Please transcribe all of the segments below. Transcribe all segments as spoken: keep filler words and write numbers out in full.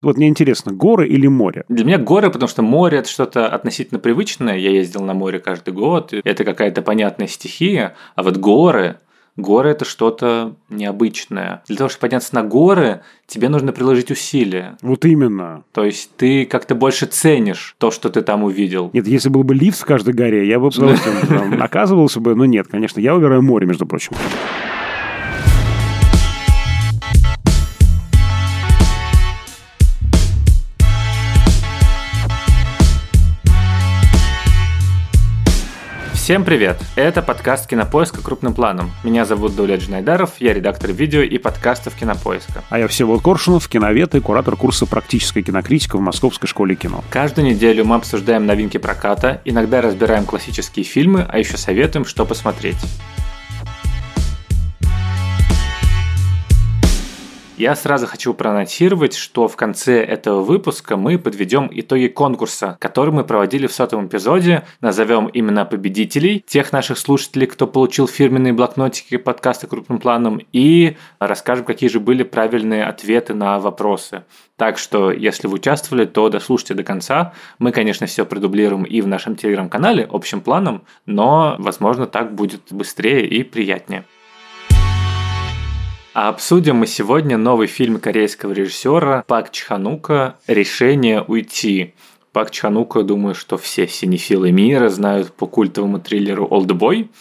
Вот мне интересно, горы или море? Для меня горы, потому что море – это что-то относительно привычное. Я ездил на море каждый год, это какая-то понятная стихия. А вот горы… Горы – это что-то необычное. Для того, чтобы подняться на горы, тебе нужно приложить усилия. Вот именно. То есть ты как-то больше ценишь то, что ты там увидел. Нет, если был бы лифт в каждой горе, я бы с удовольствием оказывался бы. Но нет, конечно, я выбираю море, между прочим. Всем привет! Это подкаст «Кинопоиска. Крупным планом». Меня зовут Даулет Джанайдаров, я редактор видео и подкастов «Кинопоиска». А я Всеволод Коршунов, киновед и куратор курса «Практическая кинокритика» в Московской школе кино. Каждую неделю мы обсуждаем новинки проката, иногда разбираем классические фильмы, а еще советуем, что посмотреть. Я сразу хочу проанонсировать, что в конце этого выпуска мы подведем итоги конкурса, который мы проводили в сотом эпизоде. Назовем имена победителей, тех наших слушателей, кто получил фирменные блокнотики подкаста крупным планом, и расскажем, какие же были правильные ответы на вопросы. Так что, если вы участвовали, то дослушайте до конца. Мы, конечно, все продублируем и в нашем телеграм-канале общим планом, но, возможно, так будет быстрее и приятнее. А обсудим мы сегодня новый фильм корейского режиссера Пак Чхан-ука «Решение уйти». Пак Чхан-ука, думаю, что все синефилы мира знают по культовому триллеру «Олдбой».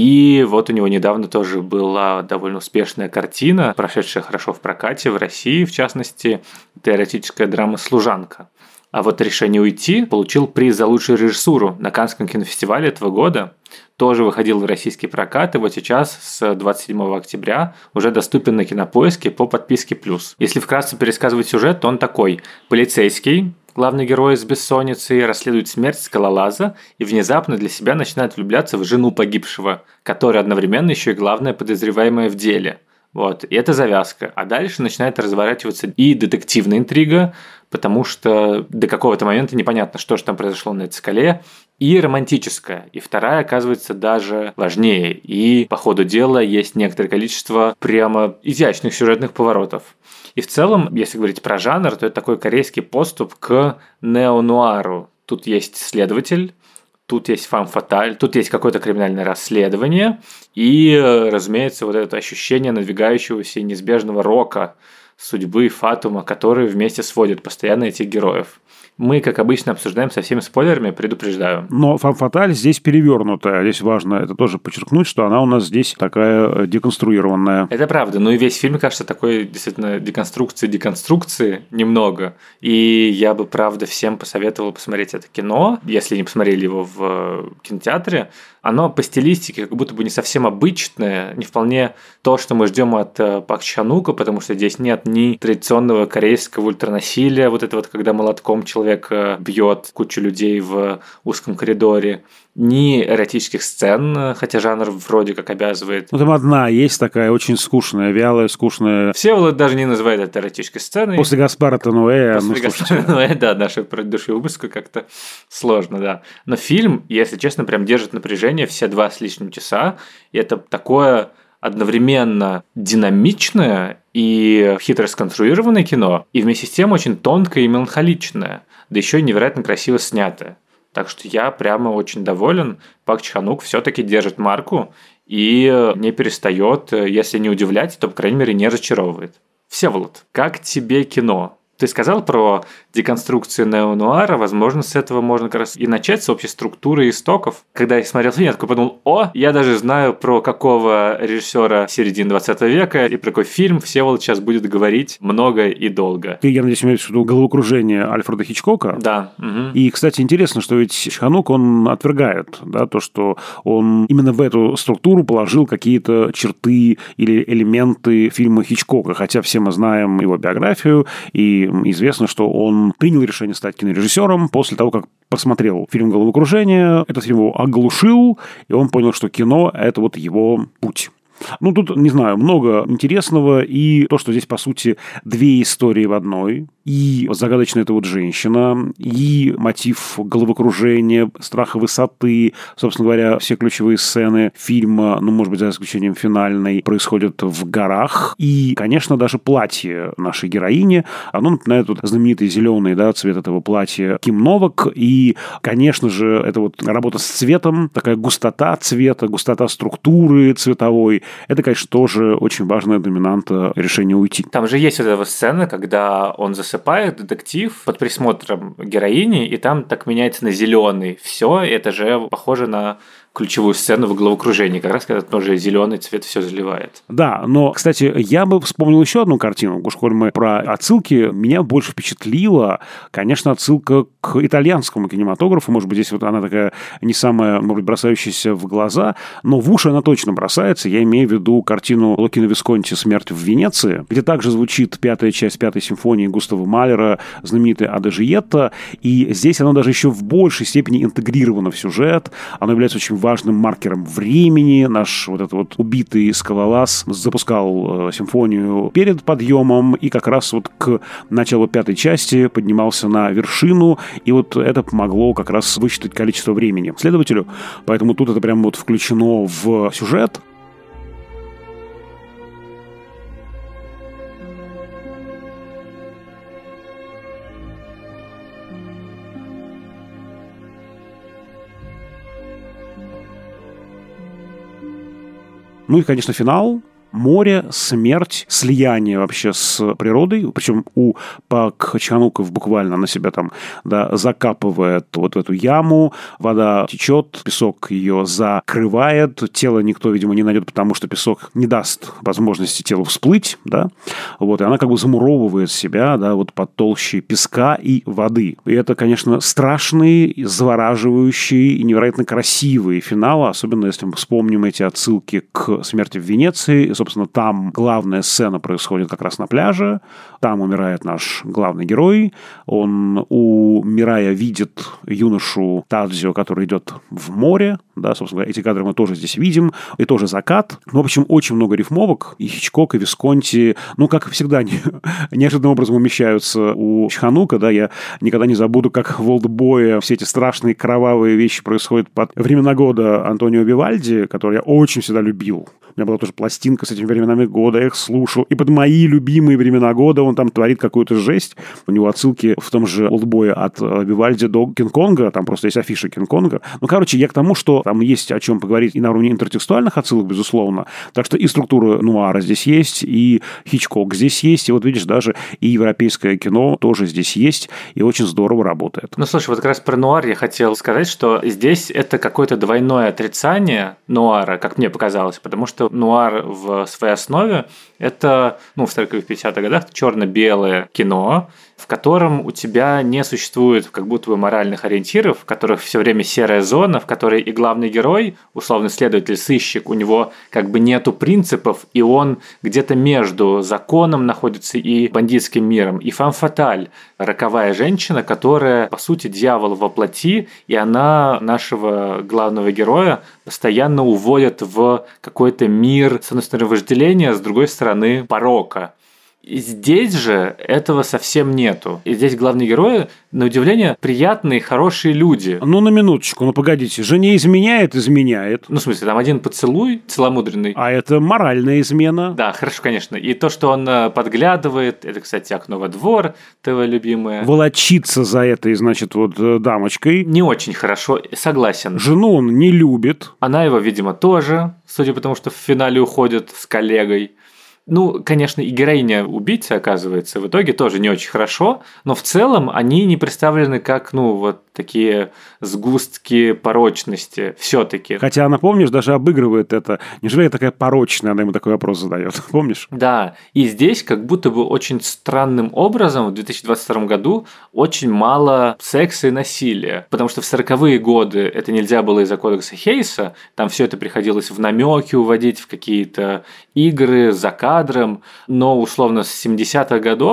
И вот у него недавно тоже была довольно успешная картина, прошедшая хорошо в прокате в России, в частности, это эротическая драма «Служанка». А вот «Решение уйти» получил приз за лучшую режиссуру на Каннском кинофестивале этого года. Тоже выходил в российский прокат, и вот сейчас с двадцать седьмого октября уже доступен на Кинопоиске по подписке «Плюс». Если вкратце пересказывать сюжет, то он такой. Полицейский, главный герой с бессонницей, расследует смерть скалолаза и внезапно для себя начинает влюбляться в жену погибшего, которая одновременно еще и главная подозреваемая в деле. Вот, и это завязка. А дальше начинает разворачиваться и детективная интрига, потому что до какого-то момента непонятно, что же там произошло на этой скале, и романтическая. И вторая, оказывается, даже важнее. И по ходу дела есть некоторое количество прямо изящных сюжетных поворотов. И в целом, если говорить про жанр, то это такой корейский поступ к неонуару. Тут есть следователь, тут есть фам-фаталь, тут есть какое-то криминальное расследование и, разумеется, вот это ощущение надвигающегося и неизбежного рока, судьбы, фатума, который вместе сводит постоянно этих героев. Мы, как обычно, обсуждаем со всеми спойлерами, предупреждаю. Но фам-фаталь здесь перевернутая. Здесь важно это тоже подчеркнуть, что она у нас здесь такая деконструированная. Это правда. Ну и весь фильм, кажется, такой действительно деконструкции, деконструкции немного. И я бы, правда, всем посоветовал посмотреть это кино, если не посмотрели его в кинотеатре. Оно по стилистике как будто бы не совсем обычное, не вполне то, что мы ждем от Пак Чхан-ука, потому что здесь нет ни традиционного корейского ультранасилия, вот это вот, когда молотком человек бьет кучу людей в узком коридоре, ни эротических сцен, хотя жанр вроде как обязывает. Ну, там одна есть такая очень скучная, вялая, скучная. Всеволод даже не называет это эротической сценой. После Гаспара Тануэ. После ну, Гаспара Тануэ, да, нашей душеубыску как-то сложно, да. Но фильм, если честно, прям держит напряжение все два с лишним часа. И это такое одновременно динамичное и хитро сконструированное кино, и вместе с тем очень тонкое и меланхоличное, да еще и невероятно красиво снятое. Так что я прямо очень доволен. Пак Чхан-ук все-таки держит марку и не перестает, если не удивлять, то, по крайней мере, не разочаровывает. Всеволод, как тебе кино? Ты сказал про деконструкцию неонуара, возможно, с этого можно как раз и начать, с общей структуры истоков. Когда я смотрел фильм, я такой подумал, о, я даже знаю, про какого режиссера середины двадцатого века и про какой фильм Всеволод сейчас будет говорить много и долго. Ты, я надеюсь, имеешь в виду «Головокружение» Альфреда Хичкока? Да. Угу. И, кстати, интересно, что ведь Чхан-ук, он отвергает, да, то, что он именно в эту структуру положил какие-то черты или элементы фильма Хичкока, хотя все мы знаем его биографию, и известно, что он принял решение стать кинорежиссером после того, как посмотрел фильм «Головокружение». Этот фильм его оглушил, и он понял, что кино – это вот его путь. Ну, тут, не знаю, много интересного. И то, что здесь, по сути, две истории в одной. И загадочная эта вот женщина, и мотив головокружения, страха высоты. Собственно говоря, все ключевые сцены фильма, ну, может быть, за исключением финальной, происходят в горах. И, конечно, даже платье нашей героини, оно напоминает вот знаменитый зеленый, да, цвет этого платья Ким Новак. И, конечно же, это вот работа с цветом, такая густота цвета, густота структуры цветовой. Это, конечно, тоже очень важная доминанта решения уйти. Там же есть вот эта сцена, когда он засыпает, детектив, под присмотром героини, и там так меняется на зеленый. Все, это же похоже на ключевую сцену в головокружении, как раз когда тоже зеленый цвет все заливает. Да, но, кстати, я бы вспомнил еще одну картину. Уж коль мы про отсылки, меня больше впечатлила, конечно, отсылка к итальянскому кинематографу. Может быть, здесь вот она такая не самая, может быть, бросающаяся в глаза, но в уши она точно бросается. Я имею в виду картину Лукино Висконти «Смерть в Венеции», где также звучит пятая часть пятой симфонии Густава Малера, знаменитая «Адажиетта», и здесь она даже еще в большей степени интегрирована в сюжет. Она является очень важным маркером времени. Наш вот этот вот убитый скалолаз запускал э, симфонию перед подъемом и как раз вот к началу пятой части поднимался на вершину, и вот это помогло как раз высчитать количество времени следователю. Поэтому тут это прямо вот включено в сюжет. Ну и, конечно, финал. Море, смерть, слияние вообще с природой. Причем у Пак Чхан-ука буквально на себя там, да, закапывает вот в эту яму. Вода течет, песок ее закрывает. Тело никто, видимо, не найдет, потому что песок не даст возможности телу всплыть. Да? Вот, и она как бы замуровывает себя, да, вот под толщей песка и воды. И это, конечно, страшный, завораживающий и невероятно красивый финал. Особенно если мы вспомним эти отсылки к «Смерти в Венеции». Собственно, там главная сцена происходит как раз на пляже. Там умирает наш главный герой. Он, умирая, видит юношу Тадзио, который идет в море. Да, собственно говоря, эти кадры мы тоже здесь видим. И тоже закат. Ну, в общем, очень много рифмовок. И Хичкок, и Висконти, ну, как всегда, не, неожиданным образом умещаются у Чхан-ука. Да, я никогда не забуду, как в «Олдбое» все эти страшные кровавые вещи происходят под времена года Антонио Вивальди, который я очень всегда любил. У меня была тоже пластинка с этими временами года, я их слушал. И под мои любимые времена года он там творит какую-то жесть. У него отсылки в том же «Олдбое» от Вивальди до Кинг-Конга. Там просто есть афиша Кинг-Конга. Ну, короче, я к тому, что там есть о чем поговорить и на уровне интертекстуальных отсылок, безусловно. Так что и структура нуара здесь есть, и Хичкок здесь есть. И вот видишь, даже и европейское кино тоже здесь есть. И очень здорово работает. Ну, слушай, вот как раз про нуар я хотел сказать, что здесь это какое-то двойное отрицание нуара, как мне показалось. Потому что нуар в своей основе это, ну, в сороковых-пятидесятых годах черно-белое кино, в котором у тебя не существует как будто бы моральных ориентиров, в которых все время серая зона, в которой и главный герой, условный следователь, сыщик, у него как бы нету принципов, и он где-то между законом находится и бандитским миром. И фам-фаталь, роковая женщина, которая, по сути, дьявол во плоти, и она нашего главного героя постоянно уводит в какой-то мир, с одной стороны, вожделения, с другой стороны, порока. И здесь же этого совсем нету. И здесь главные герои, на удивление, приятные, хорошие люди. Ну, на минуточку, ну погодите. Жене изменяет, изменяет. Ну, в смысле, там один поцелуй целомудренный. А это моральная измена. Да, хорошо, конечно. И то, что он подглядывает, это, кстати, «Окно во двор», твоя любимая. Волочиться за этой, значит, вот дамочкой. Не очень хорошо, согласен. Жену он не любит. Она его, видимо, тоже, судя по тому, что в финале уходит с коллегой. Ну, конечно, и героиня убийцы, оказывается, в итоге тоже не очень хорошо, но в целом они не представлены как, ну, вот такие сгустки порочности все-таки. Хотя она, помнишь, даже обыгрывает это. Неужели такая порочная, она ему такой вопрос задает, помнишь? Да, и здесь как будто бы очень странным образом в две тысячи двадцать втором году очень мало секса и насилия, потому что в сороковые годы это нельзя было из-за кодекса Хейса, там все это приходилось в намеки уводить, в какие-то игры, заказ кадром, но условно с семидесятых годов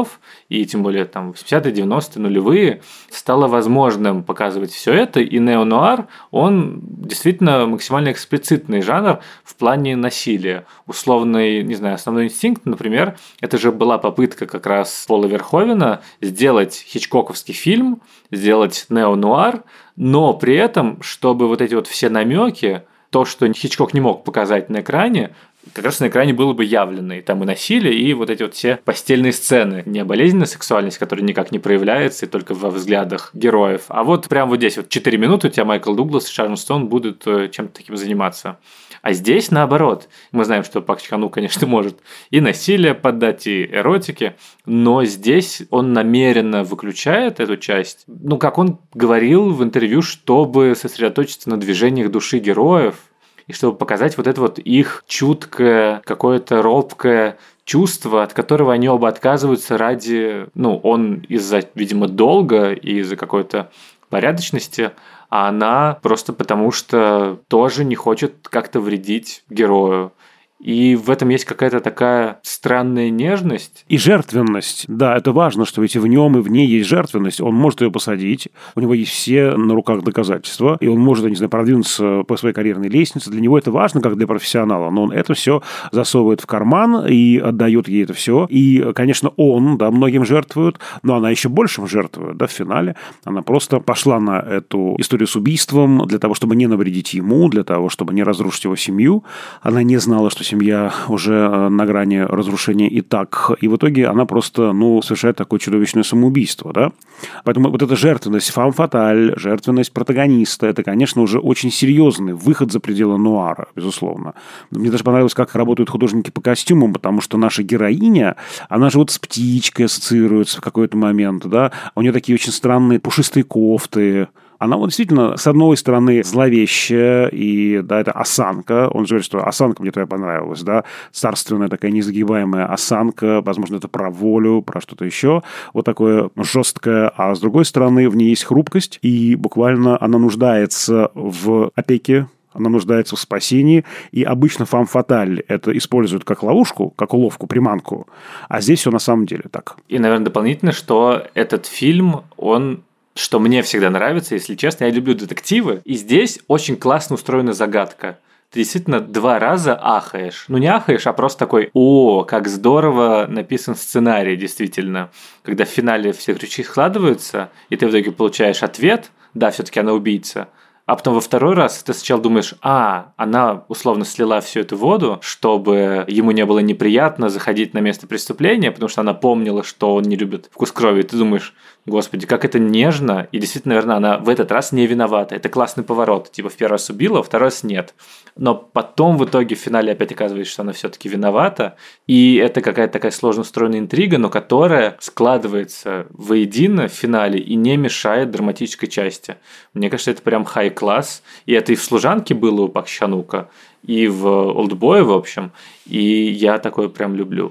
и тем более там восьмидесятые, девяностые, нулевые, стало возможным показывать все это, и неонуар, он действительно максимально эксплицитный жанр в плане насилия. Условный, не знаю, «Основной инстинкт», например, это же была попытка как раз Пола Верховена сделать хичкоковский фильм, сделать неонуар, но при этом, чтобы вот эти вот все намеки, то, что Хичкок не мог показать на экране, как раз на экране было бы явлено. И там и насилие, и вот эти вот все постельные сцены. Не болезненная сексуальность, которая никак не проявляется, и только во взглядах героев. А вот прям вот здесь вот четыре минуты у тебя Майкл Дуглас и Шарон Стоун будут чем-то таким заниматься. А здесь наоборот. Мы знаем, что Пак Чхан Ук, конечно, может и насилие поддать, и эротики, но здесь он намеренно выключает эту часть. Ну, как он говорил в интервью, чтобы сосредоточиться на движениях души героев, и чтобы показать вот это вот их чуткое, какое-то робкое чувство, от которого они оба отказываются ради... Ну, он из-за, видимо, долга и из-за какой-то порядочности, а она просто потому, что тоже не хочет как-то вредить герою. И в этом есть какая-то такая странная нежность. И жертвенность. Да, это важно, что ведь и в нем, и в ней есть жертвенность. Он может ее посадить, у него есть все на руках доказательства, и он может, я не знаю, продвинуться по своей карьерной лестнице. Для него это важно, как для профессионала, но он это все засовывает в карман и отдает ей это все. И, конечно, он, да, многим жертвует, но она еще большим жертвует, да, в финале. Она просто пошла на эту историю с убийством для того, чтобы не навредить ему, для того, чтобы не разрушить его семью. Она не знала, что семья уже на грани разрушения и так. И в итоге она просто, ну, совершает такое чудовищное самоубийство, да. Поэтому вот эта жертвенность фам-фаталь, жертвенность протагониста, это, конечно, уже очень серьезный выход за пределы нуара, безусловно. Мне даже понравилось, как работают художники по костюмам, потому что наша героиня, она же вот с птичкой ассоциируется в какой-то момент, да. У нее такие очень странные пушистые кофты. Она вот действительно, с одной стороны, зловещая, и, да, это осанка. Он же говорит, что осанка мне твоя понравилась, да, царственная такая незагибаемая осанка, возможно, это про волю, про что-то еще, вот такое жесткое, а с другой стороны, в ней есть хрупкость, и буквально она нуждается в опеке, она нуждается в спасении, и обычно фам-фаталь это используют как ловушку, как уловку, приманку, а здесь все на самом деле так. И, наверное, дополнительно, что этот фильм, он... Что мне всегда нравится, если честно, я люблю детективы, и здесь очень классно устроена загадка. Ты действительно два раза ахаешь. Ну, не ахаешь, а просто такой: о, как здорово написан сценарий, действительно. Когда в финале все крючки складываются, и ты в итоге получаешь ответ, да, все-таки она убийца. А потом во второй раз ты сначала думаешь: а, она условно слила всю эту воду, чтобы ему не было неприятно заходить на место преступления, потому что она помнила, что он не любит вкус крови. И ты думаешь: господи, как это нежно. И действительно, наверное, она в этот раз не виновата. Это классный поворот. Типа в первый раз убила, а второй раз нет. Но потом в итоге в финале опять оказывается, что она все-таки виновата. И это какая-то такая сложно устроенная интрига, но которая складывается воедино в финале и не мешает драматической части. Мне кажется, это прям хай-класс. И это и в «Служанке» было у Пак Чхан Ука, и в «Олдбое», в общем. И я такое прям люблю.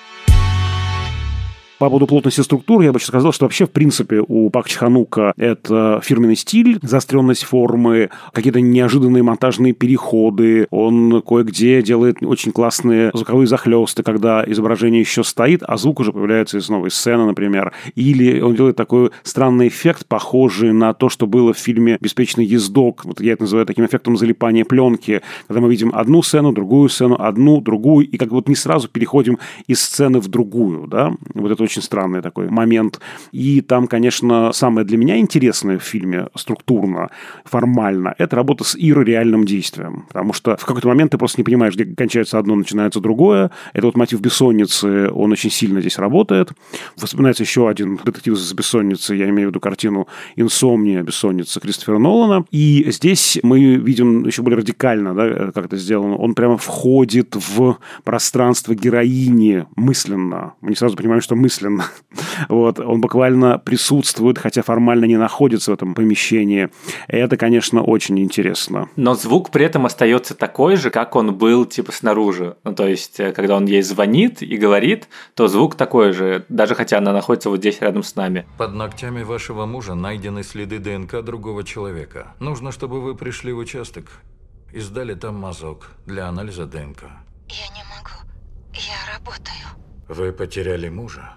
По поводу плотности структур, я бы сейчас сказал, что вообще, в принципе, у Пак Чхан Ука это фирменный стиль, заостренность формы, какие-то неожиданные монтажные переходы. Он кое-где делает очень классные звуковые захлесты, когда изображение еще стоит, а звук уже появляется из новой сцены, например. Или он делает такой странный эффект, похожий на то, что было в фильме «Беспечный ездок». Вот я это называю таким эффектом залипания пленки, когда мы видим одну сцену, другую сцену, одну, другую, и как бы вот не сразу переходим из сцены в другую, да. Вот это очень странный такой момент. И там, конечно, самое для меня интересное в фильме структурно, формально, это работа с ирреальным действием. Потому что в какой-то момент ты просто не понимаешь, где кончается одно, начинается другое. Это вот мотив бессонницы, он очень сильно здесь работает. Вспоминается еще один детектив с бессонницей, я имею в виду картину «Инсомния. Бессонница» Кристофера Нолана. И здесь мы видим еще более радикально, да, как это сделано. Он прямо входит в пространство героини мысленно. Мы не сразу понимаем, что мысленно. Вот. Он буквально присутствует, хотя формально не находится в этом помещении. И это, конечно, очень интересно. Но звук при этом остается такой же, как он был типа снаружи. Ну, то есть, когда он ей звонит и говорит, то звук такой же, даже хотя она находится вот здесь рядом с нами. Под ногтями вашего мужа найдены следы ДНК другого человека. Нужно, чтобы вы пришли в участок и сдали там мазок для анализа ДНК. Я не могу. Я работаю. Вы потеряли мужа?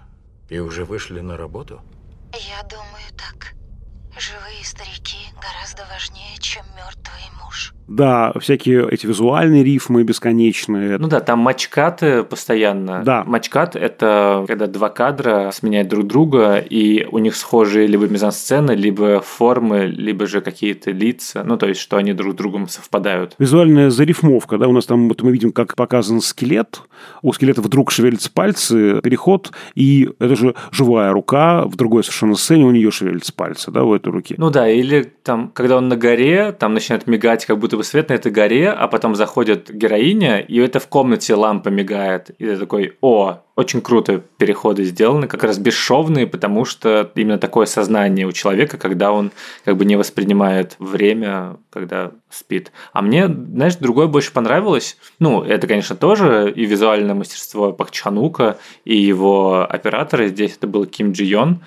И уже вышли на работу? Я думаю, так. Живые старики гораздо важнее, чем мертвый муж. Да, всякие эти визуальные рифмы бесконечные. Ну да, там матчкаты постоянно. Да. Матчкат – это когда два кадра сменяют друг друга, и у них схожие либо мизансцены, либо формы, либо же какие-то лица. Ну, то есть, что они друг с другом совпадают. Визуальная зарифмовка, да, у нас там вот мы видим, как показан скелет, у скелета вдруг шевелятся пальцы, переход, и это же живая рука, в другой совершенно сцене у нее шевелятся пальцы, да, у этой руки. Ну да, или там, когда он на горе, там начинает мигать как будто бы свет на этой горе, а потом заходит героиня, и это в комнате лампа мигает. И ты такой, о, очень круто переходы сделаны, как раз бесшовные, потому что именно такое сознание у человека, когда он как бы не воспринимает время, когда спит. А мне, знаешь, другое больше понравилось. Ну, это, конечно, тоже и визуальное мастерство Пак Чхан-ука, и его операторы. Здесь это был Ким Джи Йон.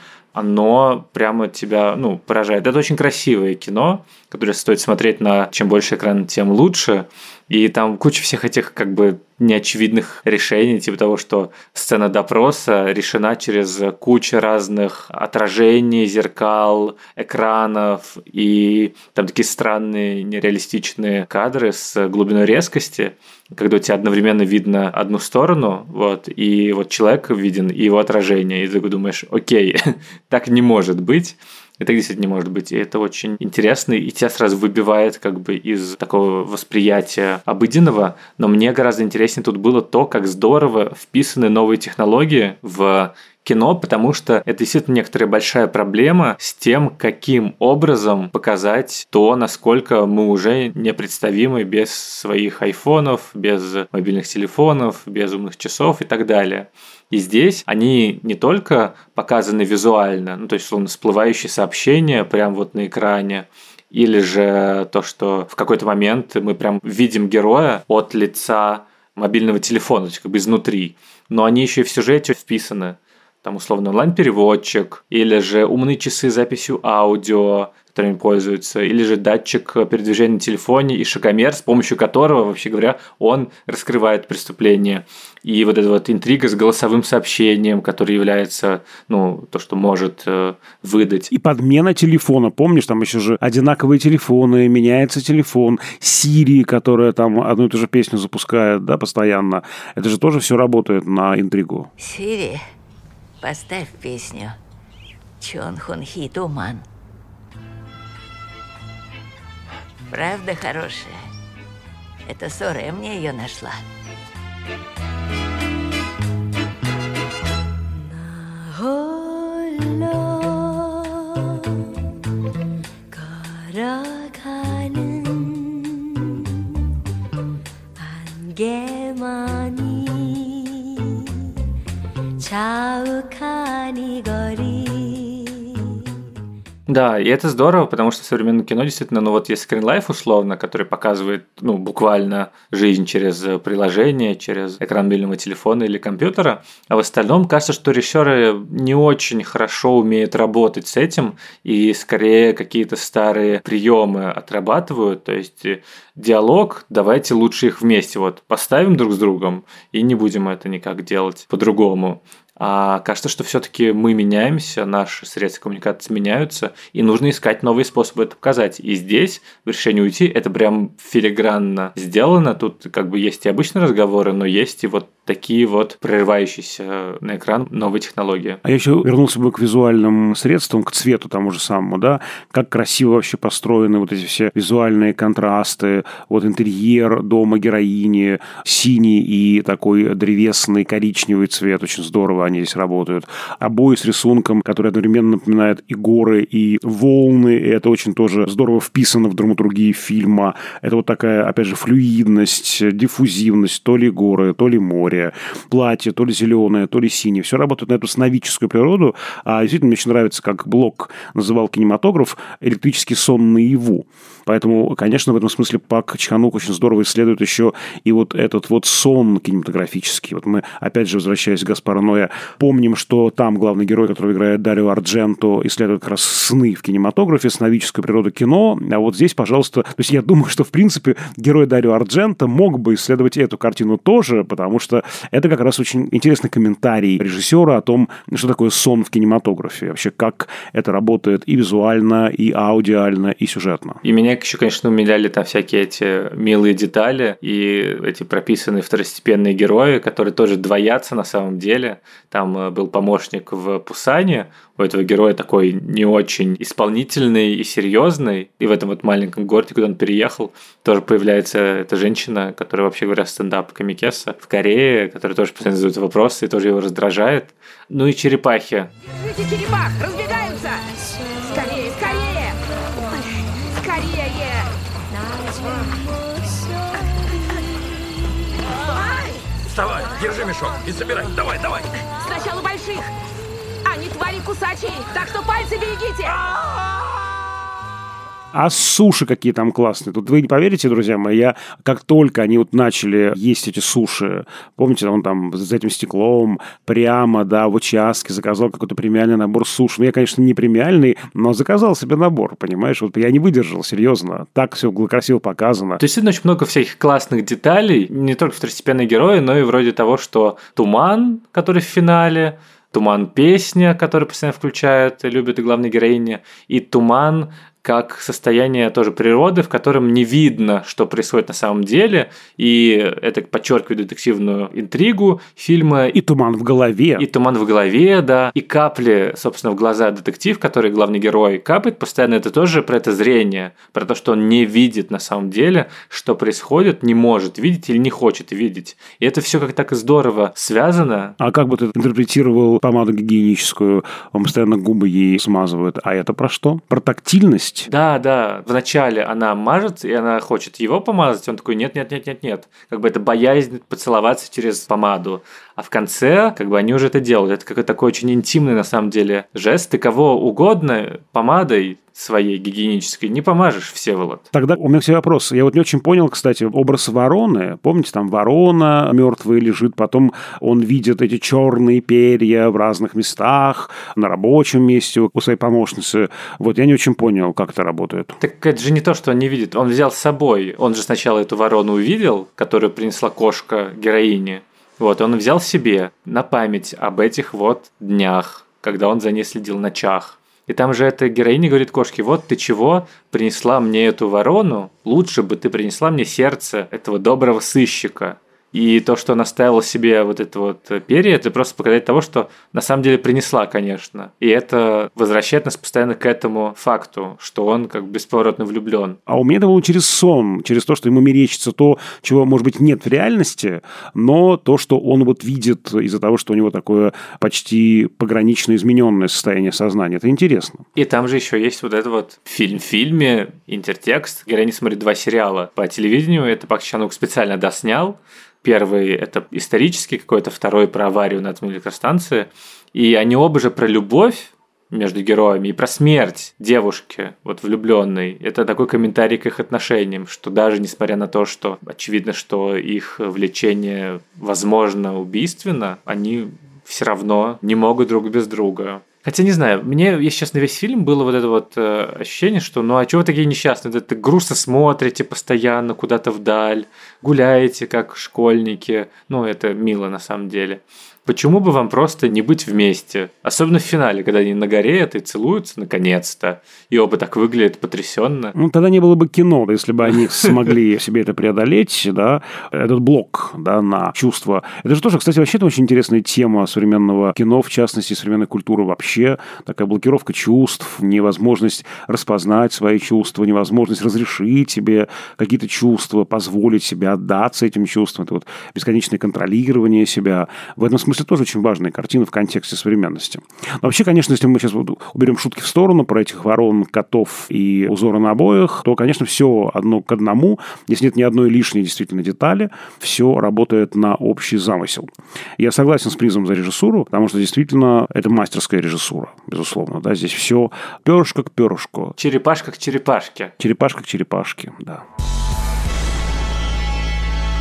Оно прямо тебя, ну, поражает. Это очень красивое кино, которое стоит смотреть на чем больше экран, тем лучше. И там куча всех этих как бы неочевидных решений, типа того, что сцена допроса решена через кучу разных отражений, зеркал, экранов, и там такие странные нереалистичные кадры с глубиной резкости, когда у тебя одновременно видно одну сторону, вот, и вот человек виден, и его отражение, и ты думаешь, окей, так не может быть. Это действительно не может быть. И это очень интересно, и тебя сразу выбивает как бы из такого восприятия обыденного. Но мне гораздо интереснее тут было то, как здорово вписаны новые технологии в кино, потому что это действительно некоторая большая проблема с тем, каким образом показать то, насколько мы уже непредставимы без своих айфонов, без мобильных телефонов, без умных часов и так далее. И здесь они не только показаны визуально, ну то есть условно всплывающие сообщения прямо вот на экране, или же то, что в какой-то момент мы прям видим героя от лица мобильного телефона, то есть как бы изнутри, но они еще и в сюжете вписаны. Там условно онлайн-переводчик, или же умные часы с записью аудио, которыми пользуются, или же датчик передвижения на телефоне и шагомер, с помощью которого, вообще говоря, он раскрывает преступление. И вот эта вот интрига с голосовым сообщением, который является, ну, то, что может э, выдать. И подмена телефона. Помнишь, там еще же одинаковые телефоны, меняется телефон, Siri, которая там одну и ту же песню запускает, да, постоянно. Это же тоже все работает на интригу. Siri, поставь песню Чон Хон Хи «Туман». Правда хорошая? Это Соре мне ее нашла. Да, и это здорово, потому что современное кино действительно, ну вот есть Screen Life условно, который показывает, ну, буквально жизнь через приложение, через экран мобильного телефона или компьютера, а в остальном кажется, что режиссеры не очень хорошо умеют работать с этим и скорее какие-то старые приемы отрабатывают, то есть диалог, давайте лучше их вместе вот поставим друг с другом и не будем это никак делать по-другому. А кажется, что все-таки мы меняемся, наши средства коммуникации меняются, и нужно искать новые способы это показать. И здесь в решении уйти это прям филигранно сделано. Тут как бы есть и обычные разговоры, но есть и вот такие вот прорывающиеся на экран новые технологии. А я еще вернулся бы к визуальным средствам, к цвету тому же самому, да, как красиво вообще построены вот эти все визуальные контрасты, вот интерьер дома героини, синий и такой древесный коричневый цвет, очень здорово они здесь работают. Обои с рисунком, который одновременно напоминает и горы, и волны, и это очень тоже здорово вписано в драматургию фильма. Это вот такая, опять же, флюидность, диффузивность, то ли горы, то ли море, платье, то ли зеленое, то ли синее. Все работает на эту сновидческую природу. А действительно, мне очень нравится, как Блок называл кинематограф электрический сон наяву. Поэтому, конечно, в этом смысле Пак Чхан-ук очень здорово исследует еще и вот этот вот сон кинематографический. Вот мы, опять же, возвращаясь к Гаспару Ноэ, помним, что там главный герой, который играет Дарио Ардженто, исследует как раз сны в кинематографе, сновидческую природу кино. А вот здесь, пожалуйста, то есть я думаю, что, в принципе, герой Дарио Ардженто мог бы исследовать эту картину тоже, потому что это как раз очень интересный комментарий режиссера о том, что такое сон в кинематографе, вообще как это работает и визуально, и аудиально, и сюжетно. И меня еще, конечно, умиляли там всякие эти милые детали и эти прописанные второстепенные герои, которые тоже двоятся на самом деле. Там был помощник в Пусане, у этого героя такой не очень исполнительный и серьезный, и в этом вот маленьком городе, куда он переехал, тоже появляется эта женщина, которая, вообще говоря, стендап-комикесса в Корее, которая тоже постоянно задает вопросы и тоже его раздражает. Ну и черепахи. Держите черепах! Разбегаются! Скорее, скорее! Скорее! Вставай, держи мешок и собирай. Давай, давай. Сначала больших! Они твари кусачие, так что пальцы берегите! А суши какие там классные. Тут вы не поверите, друзья мои, я как только они вот начали есть эти суши, помните, он там за этим стеклом прямо, да, в участке заказал какой-то премиальный набор суш. Ну, я, конечно, не премиальный, но заказал себе набор, понимаешь? Вот я не выдержал, серьезно. Так все было красиво показано. То есть, действительно, очень много всяких классных деталей, не только второстепенные герои, но и вроде того, что Туман, который в финале, Туман песня, которую постоянно включают, любят и главная героиня, и Туман как состояние тоже природы, в котором не видно, что происходит на самом деле, и это подчеркивает детективную интригу фильма. И туман в голове. И туман в голове, да. И капли, собственно, в глаза детектив, который главный герой капает постоянно, это тоже про это зрение, про то, что он не видит на самом деле, что происходит, не может видеть или не хочет видеть. И это все как так и здорово связано. А как бы ты интерпретировал помаду гигиеническую? Он постоянно губы ей смазывает. А это про что? Про тактильность? Да, да. Вначале она мажет, и она хочет его помазать. Он такой, нет, нет, нет, нет, нет. Как бы это боязнь поцеловаться через помаду. А в конце, как бы они уже это делают. Это какой-то такой очень интимный, на самом деле, жест. Ты кого угодно помадой своей гигиенической не помажешь, Всеволод. Тогда у меня все вопросы. Я вот не очень понял, кстати, образ вороны. Помните, там ворона мертвая лежит, потом он видит эти черные перья в разных местах, на рабочем месте у своей помощницы. Вот я не очень понял, как это работает. Так это же не то, что он не видит. Он взял с собой. Он же сначала эту ворону увидел, которую принесла кошка героине. Вот, он взял себе на память об этих вот днях, когда он за ней следил, ночах. И там же эта героиня говорит кошке, вот ты чего принесла мне эту ворону, лучше бы ты принесла мне сердце этого доброго сыщика. И то, что она ставила себе вот это вот перья, это просто показатель того, что на самом деле принесла, конечно. И это возвращает нас постоянно к этому факту, что он как бы бесповоротно влюблен. А у меня это было через сон, через то, что ему мерещится то, чего, может быть, нет в реальности, но то, что он вот видит из-за того, что у него такое почти погранично измененное состояние сознания. Это интересно. И там же еще есть вот это вот фильм в фильме, интертекст. Героиня смотрит два сериала по телевидению. Это Пак Чхан-ук специально доснял. Первый – это исторический какой-то, второй – про аварию на атомной электростанции. И они оба же про любовь между героями и про смерть девушки, вот влюбленной. Это такой комментарий к их отношениям, что даже несмотря на то, что очевидно, что их влечение, возможно, убийственно, они все равно не могут друг без друга. Хотя, не знаю, мне, если честно, весь фильм было вот это вот э, ощущение, что ну а чего вы такие несчастные? Это грустно смотрите постоянно куда-то вдаль, гуляете как школьники. Ну, это мило на самом деле. Почему бы вам просто не быть вместе? Особенно в финале, когда они на горе и целуются наконец-то, и оба так выглядят потрясенно. Ну, тогда не было бы кино, если бы они смогли себе это преодолеть, да, этот блок, да, на чувства. Это же тоже, кстати, вообще это очень интересная тема современного кино, в частности, современной культуры вообще. Такая блокировка чувств, невозможность распознать свои чувства, невозможность разрешить себе какие-то чувства, позволить себе отдаться этим чувствам. Это вот бесконечное контролирование себя. В этом смысле тоже очень важная картина в контексте современности. Но вообще, конечно, если мы сейчас вот уберем шутки в сторону про этих ворон, котов и узоры на обоях, то, конечно, все одно к одному. Если нет ни одной лишней действительно детали, все работает на общий замысел. Я согласен с призом за режиссуру, потому что действительно это мастерская режиссура, безусловно. Да? Здесь все перышко к перышку. Черепашка к черепашке. Черепашка к черепашке, да.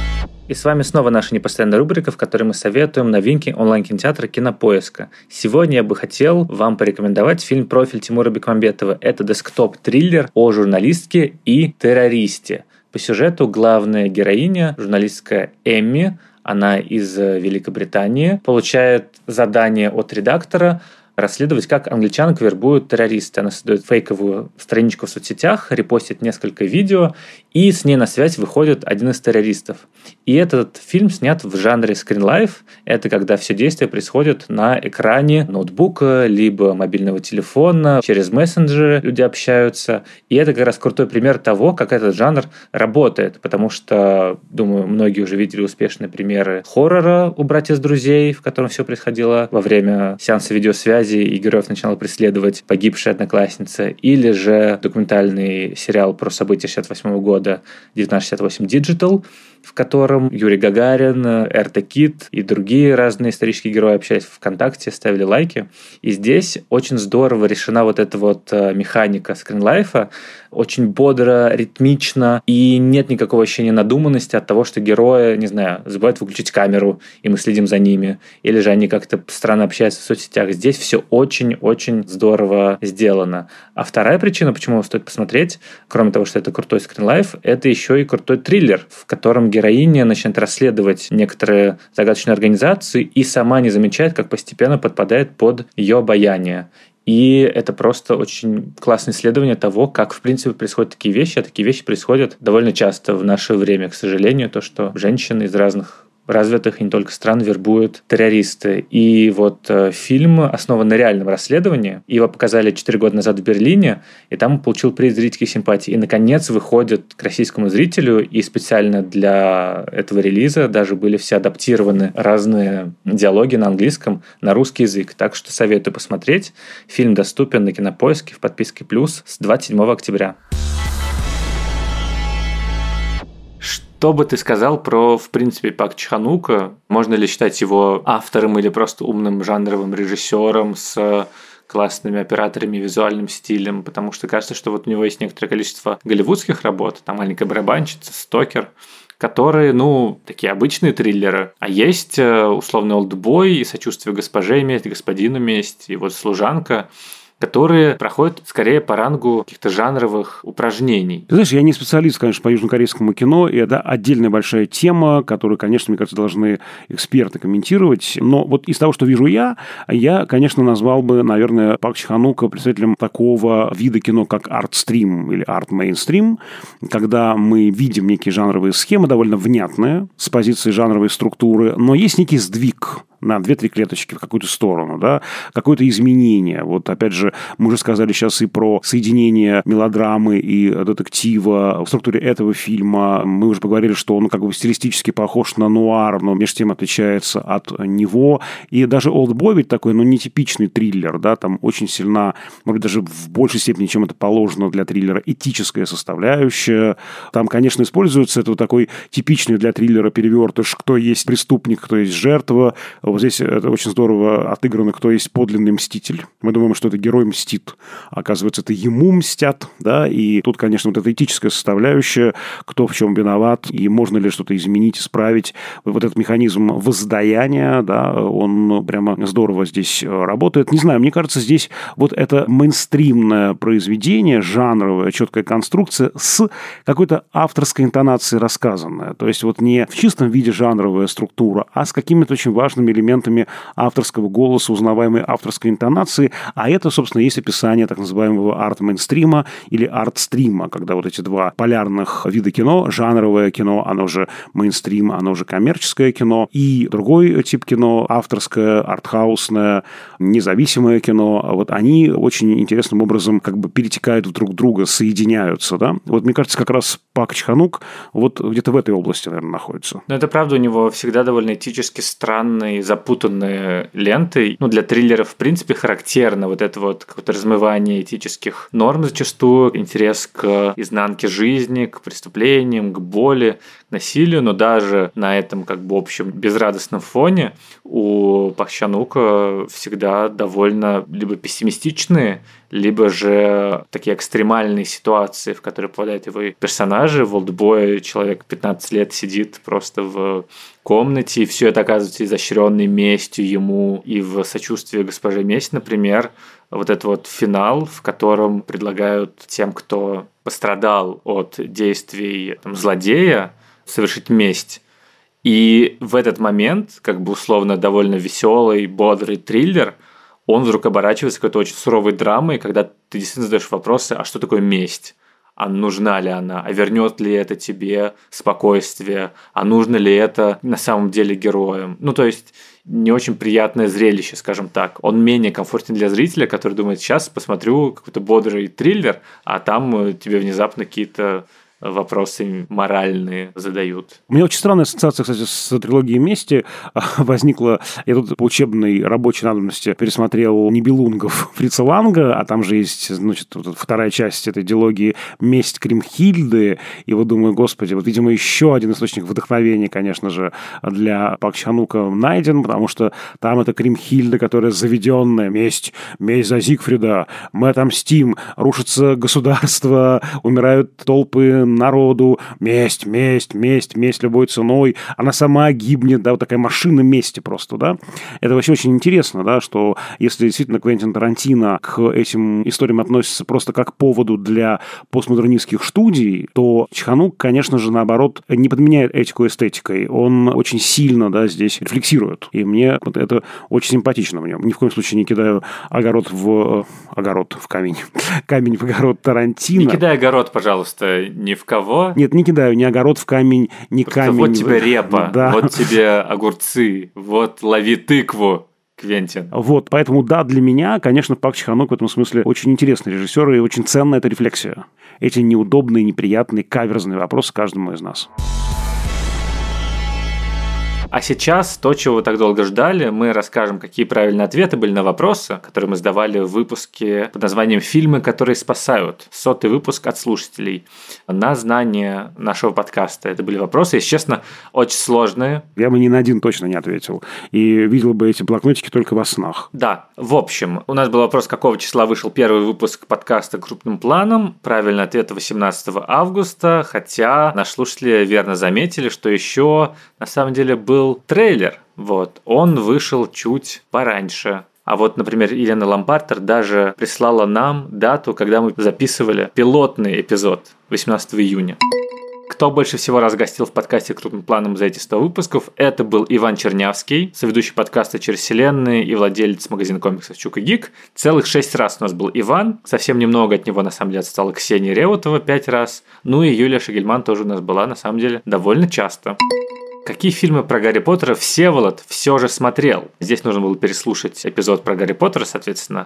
И с вами снова наша непостоянная рубрика, в которой мы советуем новинки онлайн-кинотеатра «Кинопоиска». Сегодня я бы хотел вам порекомендовать фильм «Профиль» Тимура Бекмамбетова. Это десктоп-триллер о журналистке и террористе. По сюжету главная героиня, журналистка Эмми, она из Великобритании, получает задание от редактора расследовать, как англичанок вербуют террористы. Она создает фейковую страничку в соцсетях, репостит несколько видео, и с ней на связь выходит один из террористов. И этот фильм снят в жанре Screen Life. Это когда все действие происходит на экране ноутбука, либо мобильного телефона, через мессенджеры люди общаются. И это как раз крутой пример того, как этот жанр работает, потому что, думаю, многие уже видели успешные примеры хоррора у «Братьев с друзей», в котором все происходило во время сеанса видеосвязи, и героев начала преследовать погибшая одноклассница, или же документальный сериал про события шестьдесят восьмого года девятнадцать шестьдесят восемь Digital, в котором Юрий Гагарин, Эрта Кит и другие разные исторические герои общались в ВКонтакте, ставили лайки. И здесь очень здорово решена вот эта вот механика скринлайфа, очень бодро, ритмично, и нет никакого ощущения надуманности от того, что герои, не знаю, забывают выключить камеру, и мы следим за ними, или же они как-то странно общаются в соцсетях. Здесь все очень-очень здорово сделано. А вторая причина, почему его стоит посмотреть, кроме того, что это крутой скринлайф, это еще и крутой триллер, в котором героиня начинает расследовать некоторые загадочные организации и сама не замечает, как постепенно подпадает под ее обаяние. И это просто очень классное исследование того, как, в принципе, происходят такие вещи. А такие вещи происходят довольно часто в наше время, к сожалению, то, что женщины из разных развитых и не только стран вербуют террористы. И вот э, фильм основан на реальном расследовании. Его показали четыре года назад в Берлине, и там он получил приз зрительских симпатий. И, наконец, выходит к российскому зрителю, и специально для этого релиза даже были все адаптированы разные диалоги на английском на русский язык. Так что советую посмотреть. Фильм доступен на Кинопоиске в подписке «Плюс» с двадцать седьмого октября. Что бы ты сказал про, в принципе, Пак Чхан-ука? Можно ли считать его автором или просто умным жанровым режиссером с классными операторами и визуальным стилем? Потому что кажется, что вот у него есть некоторое количество голливудских работ, там «Маленькая барабанщица», «Стокер», которые, ну, такие обычные триллеры. А есть условно «Олдбой» и «Сочувствие госпоже месть», «Господину месть», и вот «Служанка», которые проходят скорее по рангу каких-то жанровых упражнений. Ты знаешь, я не специалист, конечно, по южнокорейскому кино, и это отдельная большая тема, которую, конечно, мне кажется, должны эксперты комментировать. Но вот из того, что вижу я, я, конечно, назвал бы, наверное, Пак Чхан-ука представителем такого вида кино, как арт-стрим или арт-мейнстрим, когда мы видим некие жанровые схемы, довольно внятные, с позиции жанровой структуры, но есть некий сдвиг на две-три клеточки в какую-то сторону, да, какое-то изменение. Вот, опять же, мы уже сказали сейчас и про соединение мелодрамы и детектива в структуре этого фильма. Мы уже поговорили, что он как бы стилистически похож на нуар, но между тем отличается от него. И даже «Олдбой» ведь такой, ну, нетипичный триллер, да, там очень сильна, может быть, даже в большей степени, чем это положено для триллера, этическая составляющая. Там, конечно, используется это вот такой типичный для триллера перевертыш, кто есть преступник, кто есть жертва. Вот здесь это очень здорово отыграно, кто есть подлинный мститель. Мы думаем, что это герой мстит. Оказывается, это ему мстят, да, и тут, конечно, вот эта этическая составляющая, кто в чем виноват, и можно ли что-то изменить, исправить. Вот этот механизм воздаяния, да, он прямо здорово здесь работает. Не знаю, мне кажется, здесь вот это мейнстримное произведение, жанровая, четкая конструкция с какой-то авторской интонацией рассказанная. То есть вот не в чистом виде жанровая структура, а с какими-то очень важными элементами авторского голоса, узнаваемой авторской интонации, а это, собственно, есть описание так называемого арт-мейнстрима или арт-стрима, когда вот эти два полярных вида кино, жанровое кино, оно же мейнстрим, оно же коммерческое кино, и другой тип кино, авторское, артхаусное, независимое кино, вот они очень интересным образом как бы перетекают в друг друга, соединяются, да. Вот мне кажется, как раз Пак Чхан-ук вот где-то в этой области, наверное, находится. Но это правда, у него всегда довольно этически странные, запутанные ленты. Ну, для триллеров, в принципе, характерно вот это вот какое-то размывание этических норм зачастую, интерес к изнанке жизни, к преступлениям, к боли, насилию, но даже на этом как бы общем безрадостном фоне у Пак Чхан-ука всегда довольно либо пессимистичные, либо же такие экстремальные ситуации, в которые попадают его персонажи. В «Олдбое» человек пятнадцать лет сидит просто в комнате, и все это оказывается изощренной местью ему. И в «Сочувствии госпоже Месть», например, вот этот вот финал, в котором предлагают тем, кто пострадал от действий там, злодея, совершить месть. И в этот момент, как бы условно довольно веселый, бодрый триллер, он вдруг оборачивается какой-то очень суровой драмой, когда ты действительно задаешь вопросы, а что такое месть? А нужна ли она? А вернет ли это тебе спокойствие? А нужно ли это на самом деле героям? Ну, то есть, не очень приятное зрелище, скажем так. Он менее комфортен для зрителя, который думает, сейчас посмотрю какой-то бодрый триллер, а там тебе внезапно какие-то вопросы моральные задают. У меня очень странная ассоциация, кстати, с трилогией «Мести» возникла. Я тут по учебной рабочей надобности пересмотрел «Нибелунгов» Фрица Ланга, а там же есть, значит, вот вторая часть этой дилогии «Месть Кримхильды». И вот думаю, господи, вот, видимо, еще один источник вдохновения, конечно же, для Пак Чхан-ука найден, потому что там это Кримхильда, которая заведенная, месть, месть за Зигфрида, мы отомстим, рушится государство, умирают толпы народу, месть, месть, месть, месть любой ценой, она сама гибнет, да, вот такая машина мести просто, да. Это вообще очень интересно, да, что если действительно Квентин Тарантино к этим историям относится просто как к поводу для постмодернистских студий, то Чхан-ук, конечно же, наоборот, не подменяет этику эстетикой, он очень сильно, да, здесь рефлексирует, и мне вот это очень симпатично в нем. Ни в коем случае не кидаю огород в... огород в камень. Камень в огород Тарантино. Не кидай огород, пожалуйста, ни в кого. Нет, не кидаю ни огород в камень, ни Просто камень. Вот тебе репа, да. Вот тебе огурцы, вот лови тыкву, Квентин. Вот, поэтому да, для меня, конечно, Пак Чхан-ук в этом смысле очень интересный режиссер и очень ценная эта рефлексия. Эти неудобные, неприятные, каверзные вопросы каждому из нас. А сейчас то, чего вы так долго ждали, мы расскажем, какие правильные ответы были на вопросы, которые мы задавали в выпуске под названием «Фильмы, которые спасают». Сотый выпуск от слушателей. На знание нашего подкаста это были вопросы, если честно, очень сложные. Я бы ни на один точно не ответил. И видел бы эти блокнотики только во снах. Да. В общем, у нас был вопрос, какого числа вышел первый выпуск подкаста «Крупным планом». Правильный ответ восемнадцатого августа, хотя наши слушатели верно заметили, что еще на самом деле был трейлер, вот, он вышел чуть пораньше. А вот, например, Елена Лампартер даже прислала нам дату, когда мы записывали пилотный эпизод восемнадцатого июня. Кто больше всего раз гостил в подкасте «Крупным планом» за эти сто выпусков, это был Иван Чернявский, соведущий подкаста «Через вселенные» и владелец магазина комиксов «Чук и Гик». Целых шесть раз у нас был Иван, совсем немного от него, на самом деле, отстала Ксения Реутова пять раз, ну и Юлия Шагельман тоже у нас была, на самом деле, довольно часто. Какие фильмы про Гарри Поттера Всеволод все же смотрел? Здесь нужно было переслушать эпизод про Гарри Поттера, соответственно,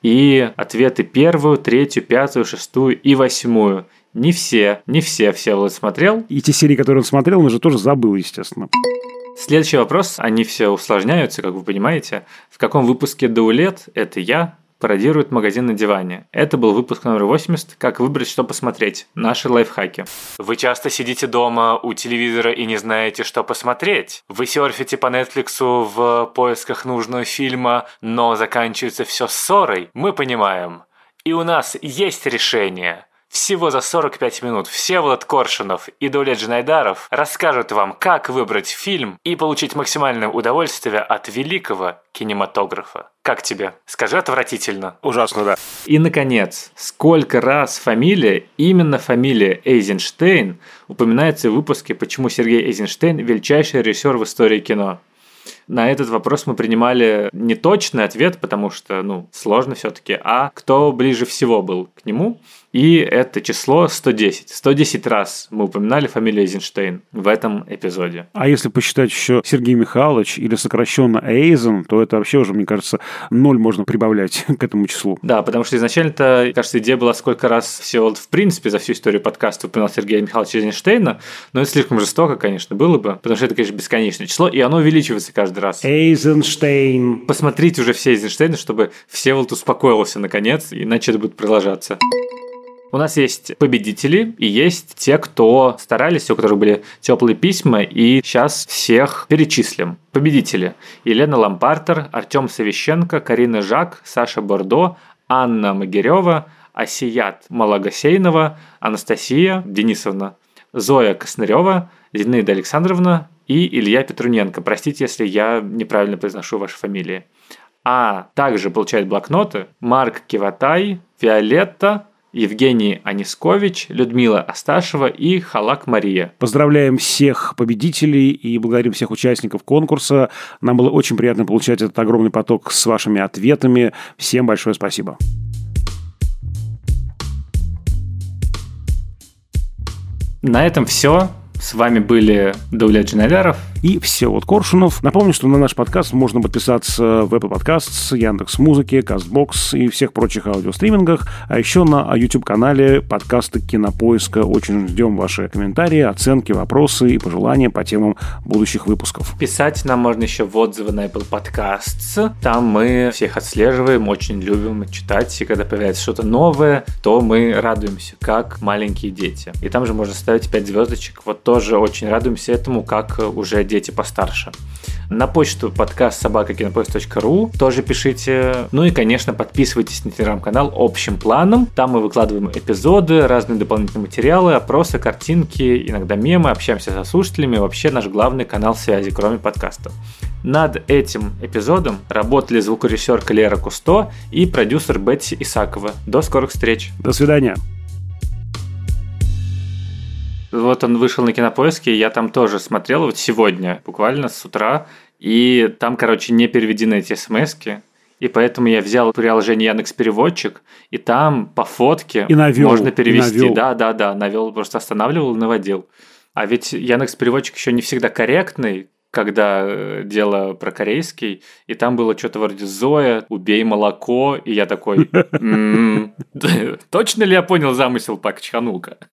и ответы первую, третью, пятую, шестую и восьмую. Не все, не все Всеволод смотрел. И те серии, которые он смотрел, он же тоже забыл, естественно. Следующий вопрос, они все усложняются, как вы понимаете. В каком выпуске «Даулет» — это я, пародирует магазин на диване. Это был выпуск номер восемьдесят. Как выбрать, что посмотреть. Наши лайфхаки. Вы часто сидите дома у телевизора и не знаете, что посмотреть. Вы серфите по Netflix в поисках нужного фильма, но заканчивается все ссорой. Мы понимаем. И у нас есть решение. Всего за сорок пять минут Всеволод Коршунов и Даулет Джанайдаров расскажут вам, как выбрать фильм и получить максимальное удовольствие от великого кинематографа. Как тебе? Скажи отвратительно. Ужасно, да. И, наконец, сколько раз фамилия, именно фамилия Эйзенштейн, упоминается в выпуске «Почему Сергей Эйзенштейн – величайший режиссер в истории кино». На этот вопрос мы принимали не точный ответ, потому что, ну, сложно все-таки, а кто ближе всего был к нему. И это число сто десять. сто десять раз мы упоминали фамилию Эйзенштейн в этом эпизоде. А если посчитать еще Сергей Михайлович или сокращенно Эйзен, то это вообще уже, мне кажется, ноль можно прибавлять к этому числу. Да, потому что изначально-то, кажется, идея была, сколько раз Всеволод в принципе за всю историю подкаста упоминал Сергея Михайловича Эйзенштейна, но это слишком жестоко, конечно, было бы, потому что это, конечно, бесконечное число, и оно увеличивается каждый раз. Эйзенштейн. Посмотрите уже все Эйзенштейны, чтобы Всеволод успокоился наконец, иначе это будет продолжаться. У нас есть победители и есть те, кто старались, у которых были теплые письма, и сейчас всех перечислим. Победители: Елена Лампартер, Артем Савищенко, Карина Жак, Саша Бордо, Анна Магирева, Асият Малагасейнова, Анастасия Денисовна, Зоя Коснырева, Зинаида Александровна и Илья Петруненко. Простите, если я неправильно произношу ваши фамилии. А также получают блокноты Марк Киватай, Виолетта, Евгений Анискович, Людмила Асташева и Халак Мария. Поздравляем всех победителей и благодарим всех участников конкурса. Нам было очень приятно получать этот огромный поток с вашими ответами. Всем большое спасибо. На этом все. С вами были Давлет Джанайляров и Всеволод Коршунов. Напомню, что на наш подкаст можно подписаться в Apple Podcasts, Яндекс.Музыке, Castbox и всех прочих аудиостримингах, а еще на YouTube-канале подкаста Кинопоиска. Очень ждем ваши комментарии, оценки, вопросы и пожелания по темам будущих выпусков. Писать нам можно еще в отзывы на Apple Podcasts. Там мы всех отслеживаем, очень любим читать, и когда появляется что-то новое, то мы радуемся, как маленькие дети. И там же можно ставить пять звездочек. Вот тоже очень радуемся этому, как уже дети постарше. На почту подкаст собака кинопоиск точка ру тоже пишите. Ну и, конечно, подписывайтесь на телеграм-канал общим планом. Там мы выкладываем эпизоды, разные дополнительные материалы, опросы, картинки, иногда мемы, общаемся со слушателями. Вообще наш главный канал связи, кроме подкаста. Над этим эпизодом работали звукорежиссер Лера Кусто и продюсер Бетси Исакова. До скорых встреч. До свидания. Вот он вышел на Кинопоиске, я там тоже смотрел вот сегодня, буквально с утра, и там, короче, не переведены эти смски, и поэтому я взял приложение Яндекс.Переводчик, и там по фотке и навел, можно перевести. И навел. Да, да, да, навел, просто останавливал и наводил. А ведь Яндекс.Переводчик еще не всегда корректный, когда дело про корейский, и там было что-то вроде «Зоя, убей молоко», и я такой, точно ли я понял замысел Пак Чхан-ука?